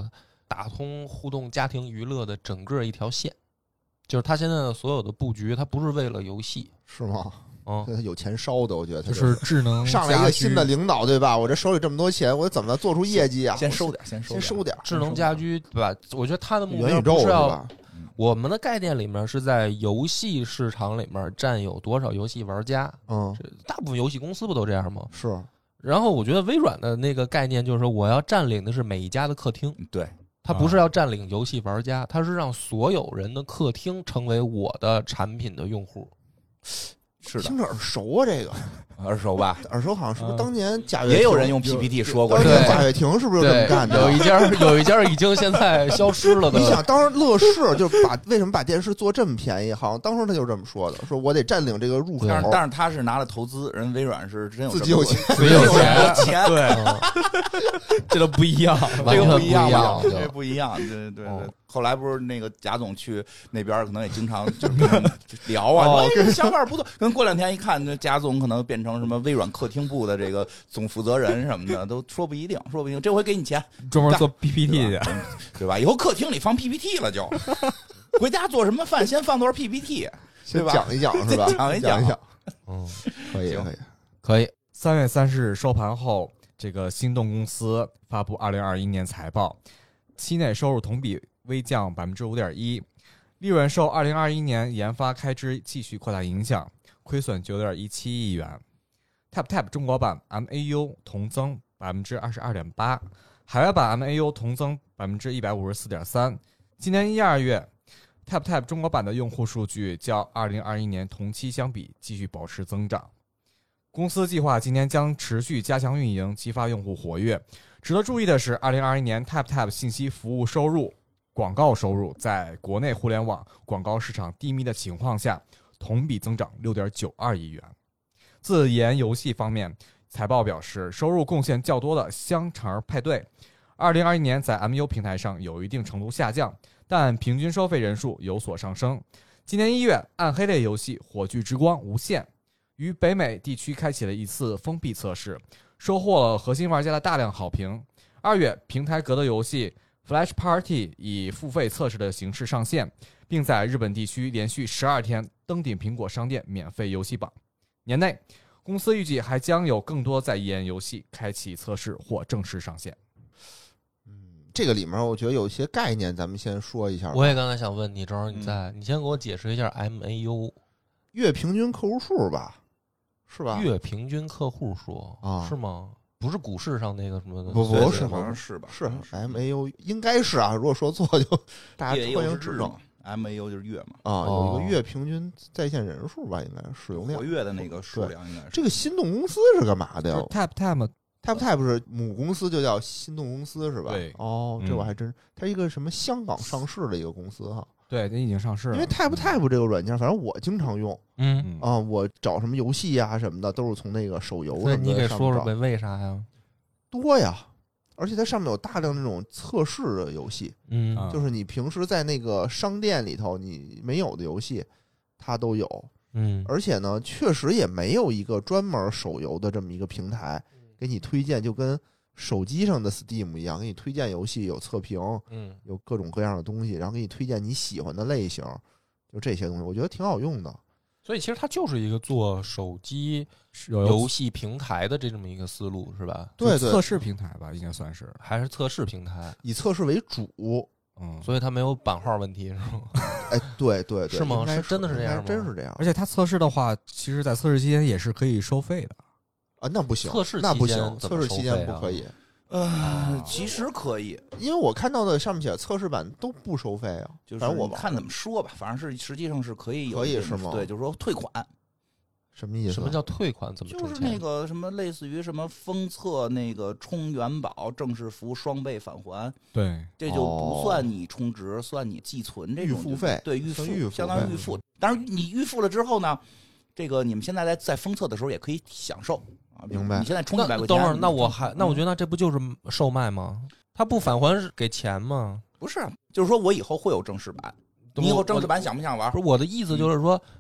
打通互动家庭娱乐的整个一条线，就是它现在的所有的布局，它不是为了游戏， 是吗？ 嗯， 他有钱烧的，我觉得他就是智能上来一个新的领导，对吧？我这手里这么多钱，我怎么做出业绩啊？ 先收点，先先收点。 智能家居，对吧？我觉得它的目标元宇宙是不是要吧？ 我们的概念里面是在游戏市场里面占有多少游戏玩家， 嗯， 大部分游戏公司不都这样吗？ 是。 然后我觉得微软的那个概念就是说，我要占领的是每一家的客厅， 对， 它不是要占领游戏玩家，它是让所有人的客厅成为我的产品的用户。 是的， 听着耳熟啊，这个耳熟吧？ 耳熟，好像是不是当年贾跃亭也有人用 P P T 说过， 当年对贾跃亭是不是就这么干的？ 有一家有一家已经现在消失了的。 你想，当时乐视就把为什么把电视做这么便宜？好像当时他就这么说的，说我得占领这个入口。 但是但是他是拿了投资，人微软是真有自己有钱， 没有钱， 钱， 对， 嗯这都不一样。 这个不一一样样， 这个不一样，对对对。 哦后来不是那个贾总去那边，可能也经常就是跟他们聊啊， 哦说哎这想法不错。可能过两天一看，那贾总可能变成什么微软客厅部的这个总负责人什么的，都说不一定，说不一定。这回给你钱， 专门做 P P T 去， 对吧？以后客厅里放 P P T 了就，回家做什么饭先放段 P P T， 对吧？ 讲一讲是吧？ 讲一讲一讲， 嗯， 可以行可以。 可以。 三月三十日收盘后，这个心动公司发布二零二一年财报，期内收入同比微降百分之五点一，利润受二零二一年研发开支继续扩大影响，亏损九点一七亿元。TapTap 中国版 M A U 同增百分之二十二点八，海外版 M A U 同增百分之一百五十四点三。今年一二月 ，TapTap 中国版的用户数据较二零二一年同期相比继续保持增长。公司计划今年将持续加强运营，激发用户活跃。值得注意的是，二零二一年 TapTap 信息服务收入、广告收入在国内互联网广告市场低迷的情况下，同比增长 六点九二亿元。自研游戏方面，财报表示，收入贡献较多的香肠派对，二零二一年在 M U 平台上有一定程度下降，但平均收费人数有所上升。今年一月，暗黑类游戏《火炬之光：无限》于北美地区开启了一次封闭测试，收获了核心玩家的大量好评。二月，平台格斗游戏 Flash Party 以付费测试的形式上线，并在日本地区连续十二天登顶苹果商店免费游戏榜。年内，公司预计还将有更多在研游戏开启测试或正式上线。 这个里面我觉得有一些概念，咱们先说一下吧。 我也刚才想问你，正好你在，你先给我解释一下 M A U 月平均客户数吧，是吧？ 月平均客户数啊， 是吗？不是股市上那个什么的？ 不不是， 对好像是吧？ 是 M A U 应该是啊，如果说错就大家欢迎指正。 M A U 就是月嘛， 啊，有一个月平均在线人数吧，应该使用量活跃的那个数量应该是。 这个心动公司是干嘛的呀 ？TapTap TapTap 是母公司，就叫心动公司是吧？ 对， 哦，这我还真，它是一个什么香港上市的一个公司哈。 对，它已经上市了。 因为 TapTap 这个软件，反正我经常用， 嗯啊，我找什么游戏呀什么的，都是从那个手游什么的。 你给说说呗，为啥呀？ 多呀，而且它上面有大量那种测试的游戏， 嗯， 就是你平时在那个商店里头你没有的游戏，它都有。 嗯， 而且呢，确实也没有一个专门手游的这么一个平台给你推荐，就跟手机上的 Steam 一样，给你推荐游戏，有测评， 嗯， 有各种各样的东西，然后给你推荐你喜欢的类型，就这些东西，我觉得挺好用的。 所以其实它就是一个做手机游戏平台的这么一个思路，是吧？ 对对， 测试平台吧，应该算是， 还是测试平台， 以测试为主。 嗯， 所以它没有版号问题，是吗？ 哎，对对对， 是吗？ 是真的是这样吗？ 真是这样。 而且它测试的话，其实在测试期间也是可以收费的啊，那不行， 测试那不行， 测试期间不可以。 呃，其实可以， 因为我看到的上面写测试版都不收费啊。 就是我看怎么说吧，反正是实际上是可以有， 可以是吗？ 对，就是说退款。 什么意思？ 什么叫退款？怎么就是那个什么，类似于什么封测那个充元宝正式服双倍返还， 对， 这就不算你充值，算你寄存这种预付费， 对预付， 相当于预付。当然，你预付了之后呢，这个你们现在在在封测的时候也可以享受啊。 明白？ 你现在充一百块钱， 等会儿，那我还那我觉得那这不就是售卖吗？他不返还是给钱吗？ 不是，就是说我以后会有正式版。你以后正式版想不想玩？ 不是，我的意思就是说，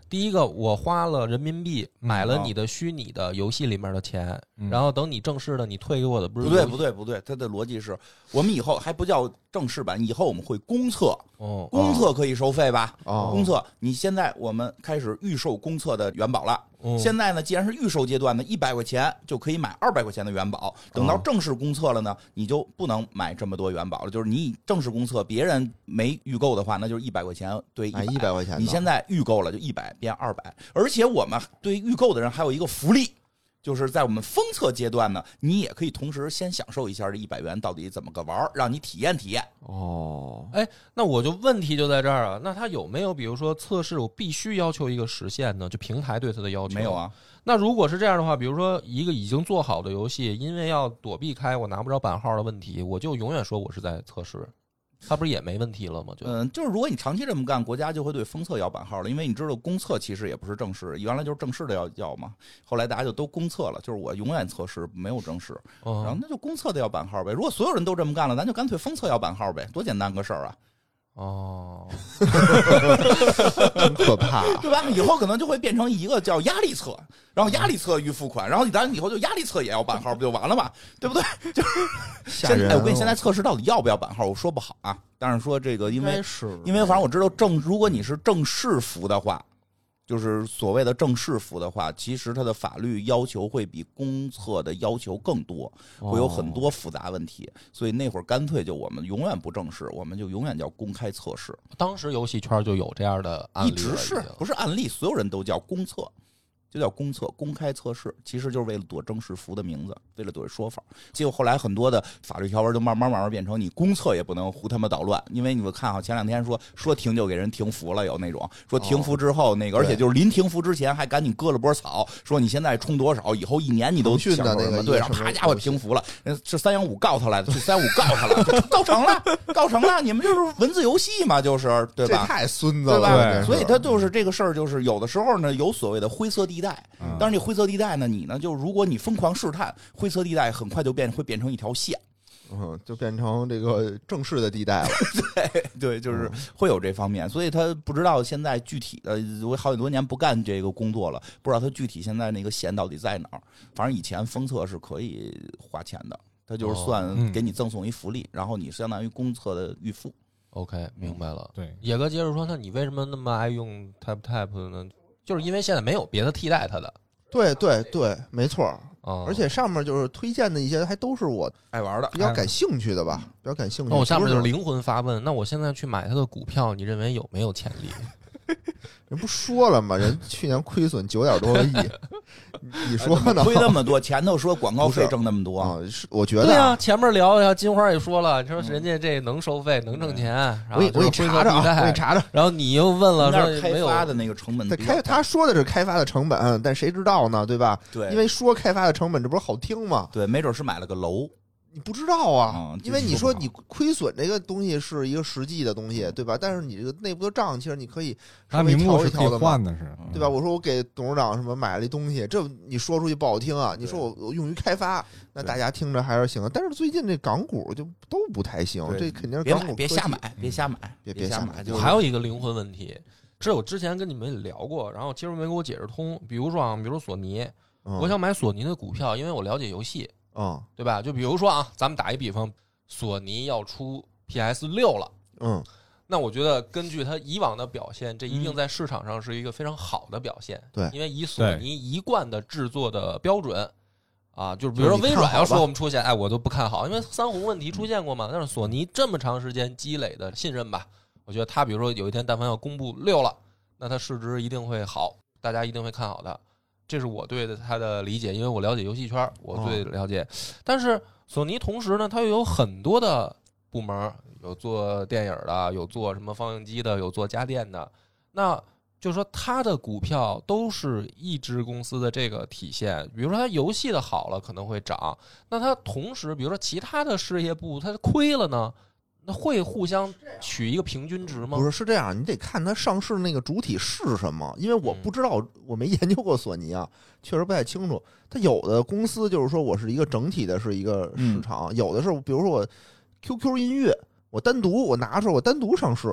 第一个，我花了人民币买了你的虚拟的游戏里面的钱， 嗯、 然后等你正式的你退给我的不是不对不对不对，它的逻辑是我们以后还不叫正式版，以后我们会公测， 哦， 公测可以收费吧？ 哦， 公测，你现在我们开始预售公测的元宝了。 哦、 现在呢，既然是预售阶段呢，一百块钱就可以买二百块钱的元宝。等到正式公测了呢，你就不能买这么多元宝了。就是你正式公测，别人没预购的话，那就是一百块钱对买一百块钱。 你现在预购了，就一百变二百。而且我们对预购的人还有一个福利。就是在我们封测阶段呢，你也可以同时先享受一下这一百元到底怎么个玩，让你体验体验。 哦， 哎，那我就问题就在这儿啊，那它有没有比如说测试我必须要求一个时限呢？就平台对它的要求没有啊？ 那如果是这样的话，比如说一个已经做好的游戏，因为要躲避开我拿不着版号的问题，我就永远说我是在测试。它不是也没问题了吗？就嗯，就是如果你长期这么干，国家就会对封测要版号了，因为你知道公测其实也不是正式，原来就是正式的要要嘛，后来大家就都公测了，就是我永远测试没有正式， 哦、 然后那就公测的要版号呗。如果所有人都这么干了，咱就干脆封测要版号呗，多简单个事儿啊！ 哦， 真可怕， 对吧？以后可能就会变成一个叫压力测，然后压力测预付款，然后咱以后就压力测也要版号，不就完了吗？对不对？就是吓人、哦。 哎，我跟你现在测试到底要不要版号，我说不好啊。但是说这个，因为是因为反正我知道正，如果你是正式服的话。就是所谓的正式服的话，其实它的法律要求会比公测的要求更多，会有很多复杂问题，所以那会儿干脆就我们永远不正式，我们就永远叫公开测试。 当时游戏圈就有这样的案例了， 一直是不是案例？所有人都叫公测。就叫公测、公开测试，其实就是为了躲正式服的名字，为了躲说法。结果后来很多的法律条文就慢慢慢慢变成，你公测也不能胡他妈捣乱，因为你们看哈，前两天说说停就给人停服了，有那种说停服之后那个， 哦、 而且就是临停服之前还赶紧割了波草，说你现在充多少，以后一年你都享受什么？ 对，然后他家伙停服了，是三幺五告他来的，去三幺五告他了，告成了，告成了，你们就是文字游戏嘛，就是对吧？ 这太孙子了， 对吧？所以他就是这个事儿，就是有的时候呢，有所谓的灰色地带， 嗯、 当然这灰色地带呢，你呢，就如果你疯狂试探，灰色地带很快就变会变成一条线， 嗯，就变成这个正式的地带了。 对对，就是会有这方面，所以他不知道现在具体的，我好几多年不干这个工作了，不知道他具体现在那个线到底在哪儿。反正以前封测是可以花钱的，他就是算给你赠送一福利， 哦嗯、 然后你相当于公测的预付。 OK， 明白了。 对， 野哥接着说，那你为什么那么爱用 TapTap 呢？就是因为现在没有别的替代它的。 对对对，没错。 哦、 而且上面就是推荐的一些，还都是我爱玩的、 比较感兴趣的吧，比较感兴趣。 那我下面就是灵魂发问：那我现在去买它的股票，你认为有没有潜力？ 人不说了吗？人去年亏损九点多个亿，你说呢？ 亏那么多，前头说广告费挣那么多啊，是我觉得对啊。前面聊一下，金花也说了，你说人家这能收费，能挣钱，然后我给你查查，我给你查查。 然后你又问了，说开发的那个成本， 开他说的是开发的成本，但谁知道呢？对吧？ 对， 因为说开发的成本，这不是好听吗？ 对，没准是买了个楼。 你不知道啊， 嗯、 因为你说你亏损这个东西是一个实际的东西，对吧？但是你这个内部的账，其实你可以稍微调一调的嘛， 是对吧？我说我给董事长什么买了一东西，这你说出去不好听啊。你说我我用于开发，那大家听着还是行的。但是最近这港股就都不太行，这肯定是港股别瞎买，别瞎买， 别别瞎买。 我还有一个灵魂问题，这我之前跟你们聊过，然后其实没给我解释通。比如说啊，比如说索尼， 嗯、 我想买索尼的股票，因为我了解游戏。 嗯， 对吧？就比如说啊，咱们打一比方，索尼要出 P S 六了， 嗯， 那我觉得根据它以往的表现，这一定在市场上是一个非常好的表现。 对、嗯， 因为以索尼一贯的制作的标准啊，就是比如说微软要说我们出现，哎，我都不看好，因为三红问题出现过嘛。但是索尼这么长时间积累的信任吧，我觉得它比如说有一天但凡要公布六了，那它市值一定会好，大家一定会看好的。这是我对它的理解，因为我了解游戏圈，我最了解。哦、但是索尼同时呢，它又有很多的部门，有做电影的，有做什么放映机的，有做家电的。那就是说，它的股票都是一支公司的这个体现。比如说，它游戏的好了可能会涨，那它同时，比如说其他的事业部它亏了呢？那会互相取一个平均值吗？ 不是，是这样，你得看它上市那个主体是什么，因为我不知道，嗯、我没研究过索尼啊，确实不太清楚。它有的公司就是说我是一个整体的，是一个市场； 嗯、 有的是，比如说我 Q Q 音乐，我单独我拿出来，我单独上市，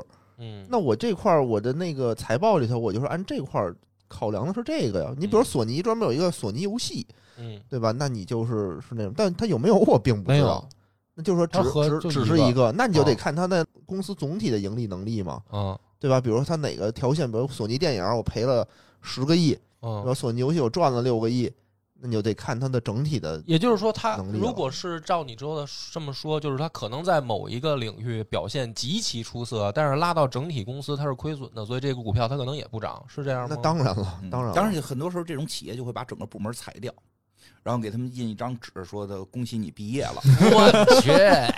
嗯， 那我这块儿我的那个财报里头，我就是按这块儿考量的是这个呀。你比如索尼专门有一个索尼游戏， 嗯， 对吧？那你就是是那种，但它有没有我并不知道没有。 那就是说它和只只就一个只是一个，那你就得哦看它的公司总体的盈利能力嘛， 嗯对吧？比如说它哪个条线，比如索尼电影我赔了十个亿，然嗯， 后索尼游戏我赚了六个亿，那你就得看它的整体的。 也就是说，它能力了如果是照你之后的这么说，就是它可能在某一个领域表现极其出色，但是拉到整体公司它是亏损的，所以这个股票它可能也不涨，是这样吗？ 那当然了， 嗯当然了， 当然很多时候这种企业就会把整个部门裁掉。然后给他们印一张纸，说的恭喜你毕业了， 我去，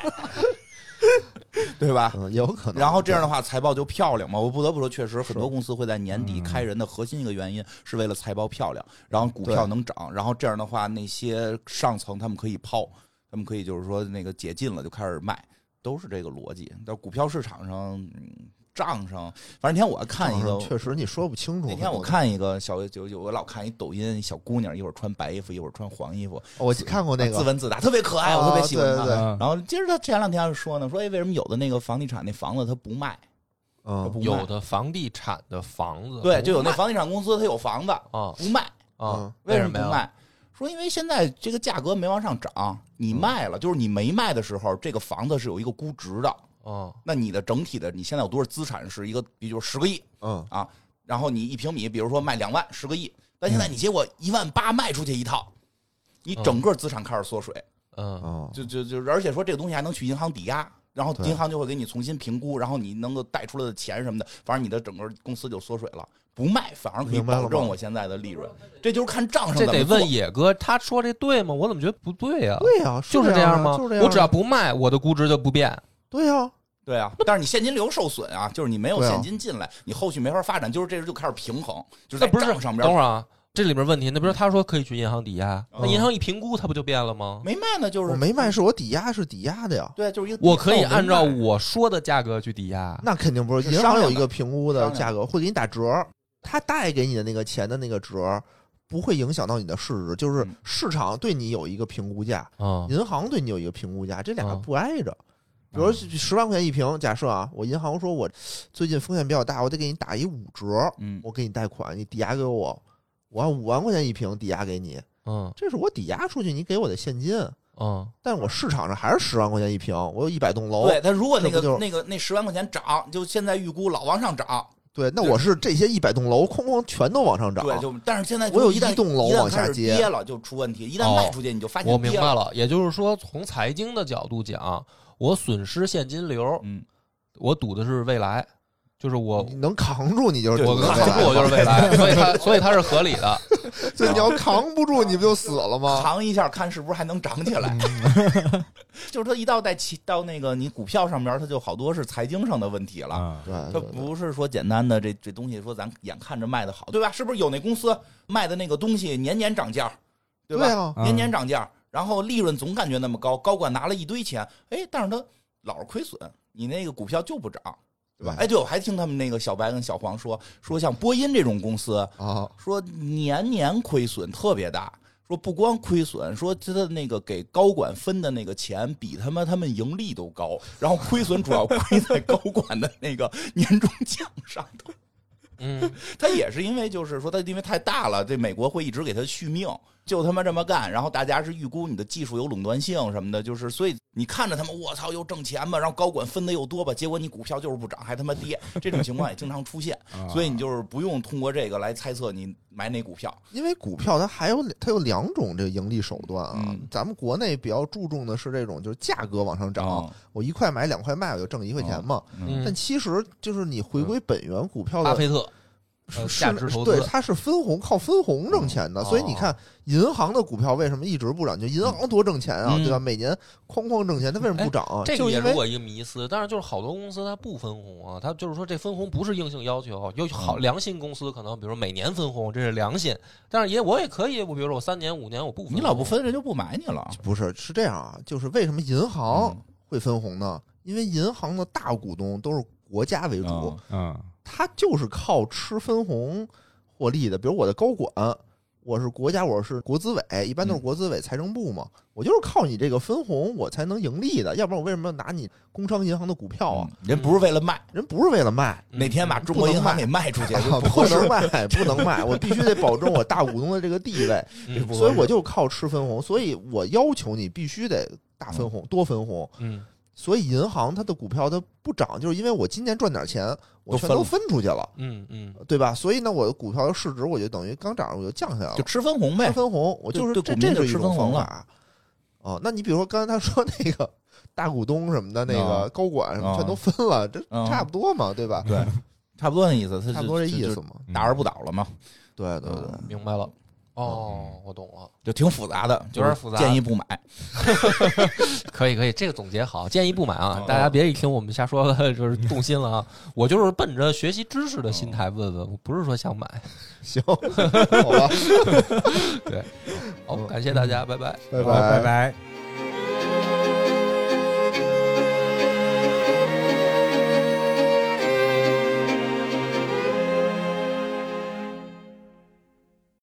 对吧？ 嗯，也有可能。 然后这样的话，财报就漂亮嘛。我不得不说，确实很多是公司会在年底嗯开人的核心一个原因是为了财报漂亮，然后股票能涨，然后这样的话，那些上层他们可以抛，他们可以就是说那个解禁了就开始卖，都是这个逻辑。但股票市场上，嗯账上，反正那天我看一个， 确实你说不清楚。 那天我看一个小就有我老看一抖音小姑娘，一会儿穿白衣服，一会儿穿黄衣服， 我看过那个自问自答，特别可爱， 啊我特别喜欢她。 对对对嗯然后接着他前两天说呢，说哎，为什么有的那个房地产那房子他不卖？他嗯不卖有的房地产的房子对，就有那不房地产公司，他有房子卖啊不卖， 啊嗯， 为什什呀？ 么不卖？说因为现在这个价格没往上涨，你卖了，就是你没卖的时候，这个房子是有一个估值的。 啊那你的整体的你现在有多少资产是一个，比如十个亿嗯啊，然后你一平米，比如说卖两万，十个亿，但现在你结果一万八卖出去一套，你整个资产开始缩水， 嗯嗯， 就就就而且说这个东西还能去银行抵押。然后对银行就会给你重新评估，然后你能够贷出来的钱什么的，反正你的整个公司就缩水了。不卖反而可以明白了吗保证我现在的利润，这就是看账上这得怎么做问野哥，他说这对吗？我怎么觉得不对呀？ 对呀， 就是这样吗？ 吗？就是这样。 我只要不卖，我的估值就不变。 对呀， 对啊，但是你现金流受损啊，就是你没有对啊现金进来，你后续没法发展，就是这时就开始平衡，就是在那不是账上边等会儿啊，这里面问题，那比如他说可以去银行抵押， 嗯那银行一评估，它不就变了吗？ 没卖呢，就是我没卖，是我抵押是抵押的呀。 对，就是一个我可以哦按照没卖我说的价格去抵押。 那肯定不是， 是商量的银行有一个评估的商量价格，会给你打折。他贷给你的那个钱的那个折，不会影响到你的市值，就是嗯市场对你有一个评估价， 啊银行对你有一个评估价，这俩嗯不挨着。比如十万块钱一平，假设啊，我银行说我最近风险比较大，我得给你打一五折， 嗯我给你贷款，你抵押给我，我按五万块钱一平抵押给你， 嗯这是我抵押出去你给我的现金。 嗯但我市场上还是十万块钱一平，我有一百栋楼。 对他如果那个这不就是那个那十万块钱涨，就现在预估老往上涨， 对，那我是这些一百栋楼哐哐全都往上涨。 对，就但是现在我有一旦一栋楼一旦开始往下接跌了就出问题，一旦哦卖出去你就发现我明跌白了，也就是说，从财经的角度讲，我损失现金流， 嗯， 我赌的是未来，就是我你能扛住你就是对我能赌的未来扛住我就是未来，所以它所以它是合理的。 所以你要扛不住，你不就死了吗？ 扛一下看是不是还能涨起来。就是它一到在其到那个你股票上面，它就好多是财经上的问题了。 啊， 对， 它对对不是说简单的这这东西说咱眼看着卖的好，对吧？是不是有那公司卖的那个东西年年涨价，对吧？ 对啊， 年年涨价，然后利润总感觉那么高，高管拿了一堆钱，哎，但是他老是亏损，你那个股票就不涨，对吧？ 对哎，对，我还听他们那个小白跟小黄说，说像波音这种公司， 啊， 说年年亏损特别大。说不光亏损，说他的那个给高管分的那个钱比他妈他们盈利都高，然后亏损主要亏在高管的那个年终奖上头。 嗯， 他也是因为就是说他因为太大了，这美国会一直给他续命，就他妈这么干。然后大家是预估你的技术有垄断性什么的，就是所以你看着他们我操又挣钱吧，然后高管分的又多吧，结果你股票就是不涨还他妈跌，这种情况也经常出现。所以你就是不用通过这个来猜测你买哪股票。 因为股票它还有它有两种这个盈利手段啊。 嗯咱们国内比较注重的是这种，就是价格往上涨， 哦我一块买两块卖，我就挣一块钱嘛。 嗯但其实就是你回归本源，股票的巴菲特呃是价值投对， 资， 它是分红，靠分红挣钱的。 哦所以你看，银行的股票为什么一直不涨？就银行多挣钱啊， 嗯对吧？每年哐哐挣钱，它为什么不涨啊？ 这就因为个也是我一个迷思。但是就是好多公司它不分红啊，它就是说这分红不是硬性要求，有好良心公司可能比如每年分红，这是良心。但是也我也可以，我比如说我三年五年我不分红， 你老不分，人就不买你了。 不是是这样啊，就是为什么银行会分红呢？因为银行的大股东都是国家为主， 嗯嗯它就是靠吃分红获利的。比如我的高管， 我是国家，我是国资委，一般都是国资委、财政部嘛，我就是靠你这个分红我才能盈利的，要不然我为什么要拿你工商银行的股票啊？ 嗯、人不是为了卖， 人不是为了卖， 哪天把中国银行给卖出去， 不, 不能卖，不能卖，我必须得保证我大股东的这个地位， 嗯、 所以我就靠吃分红，所以我要求你必须得大分红、嗯、多分红， 嗯。 所以银行它的股票它不涨，就是因为我今年赚点钱，我全都分出去了， 嗯嗯， 对吧？所以呢，我的股票的市值我就等于刚涨我就降下来了， 就吃分红呗， 吃分红，我就是这这是一种方法。哦，那你比如说刚才他说那个大股东什么的，那个高管什么全都分了，这差不多嘛，对吧？ 对，差不多那意思， 差不多这意思嘛， 大而不倒了嘛。 对对对， 明白了。哦，我懂了， 就挺复杂的， 有点复杂， 建议不买。 可以可以，这个总结好，建议不买啊！大家别一听我们瞎说了就是动心了啊！我就是奔着学习知识的心态问问，我不是说想买。 行，好吧。 对，好，感谢大家，拜拜， 拜拜拜拜。